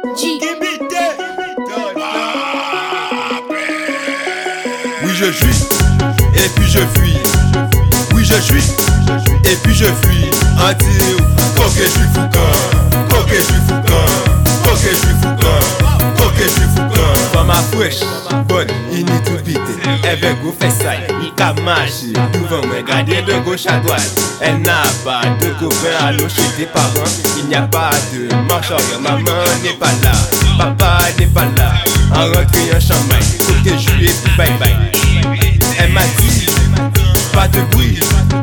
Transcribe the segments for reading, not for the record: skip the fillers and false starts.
G. Oui je suis, et puis je fuis. Oui je suis, et puis je fuis. Anti-ou, coquet je suis foucan. Coquet je suis foucan. Coquet je suis foucan. Coquet je suis foucan. Femme à fresh, bonne, il n'y tout pité. Avec vous fait ça, il a marché. Devant moi, regardez de gauche à droite. Elle n'a pas de copain à l'eau chez tes parents. Il n'y a pas de marche arrière. Maman n'est pas là, papa n'est pas là. En rentrée en chambre, faut que je lui ai dit bye bye. Elle m'a dit, pas de bruit.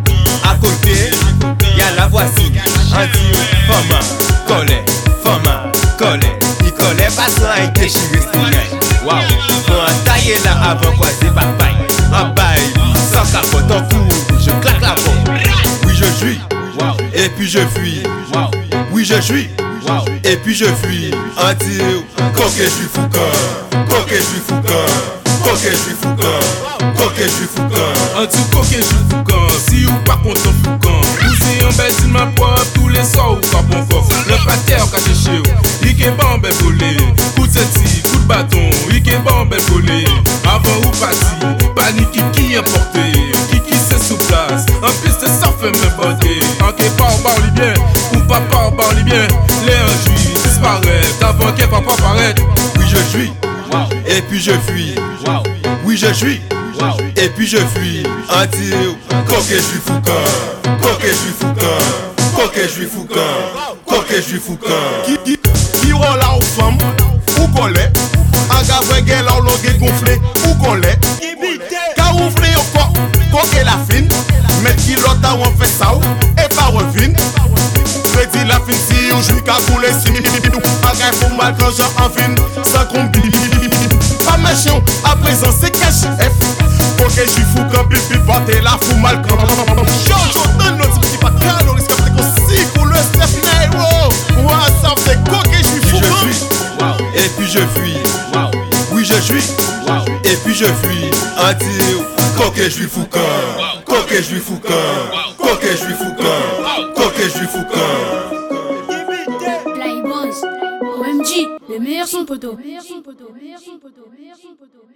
À côté, y'a la voisine. Anti, femme, collet, femme, collet. Il collait pas sans être déchiré, c'est waouh. Faut tailler là avant croiser papaye. En bail, sans capote, en fou, je claque la porte. Oui je suis, et puis je fuis. Oui je suis, et puis je fuis. Anti-ou, coquet je suis foucan. Coquet je suis foucan. Coquet je suis foucan. Coquet je suis foucan. En tout coquet, je suis foucan. Si ou pas content foucan. Ou si en bête, il m'a poivre tous les soirs ou pas bon fort. Le pater au caché chez vous. Il est bon, bel volé. Coup de setti, coup de bâton. Il est bon, bel volé. Avant ou parti. Panique qui importé. Qui c'est sous place. En plus, c'est ça fait me porter. En qui pas au bar, bien. Ou papa au bar, bien. Les enjuits disparaissent. Avant qu'il va pas paraître. Oui je suis, et puis je fuis. Oui je suis, et puis je fuis. Anti-ou, coquet je suis foucan. Coquet je suis foucan. Coquet je suis foucan. Coquet je suis foucan. Qui roule là aux femmes, ou qu'on l'est. Un gars vrai gueule en longue gonflé, ou qu'on l'est. Car ouvre encore, coquet la fine. Mais qui l'autre a on fait ça, et pas revine. Prédit la fine si ou joue qu'à couler si. Un gars faut mal quand j'en enfine, sans combi. Pas méchant, à présent c'est cash F. Coquet je suis fou quand pipi porter la fou mal quand. J'entends notre petit pas calories comme c'est aussi pour le Steph Nairo. Ouais, ça fait coquet je suis fou. Je suis, et puis je fuis. Oui je suis, et puis je fuis. Anti-ou, coquet je suis foucan. Coquet je suis foucan. Coquet je suis foucan. Coquet je suis foucan. Flyboys. OMG. Le meilleur son poteau.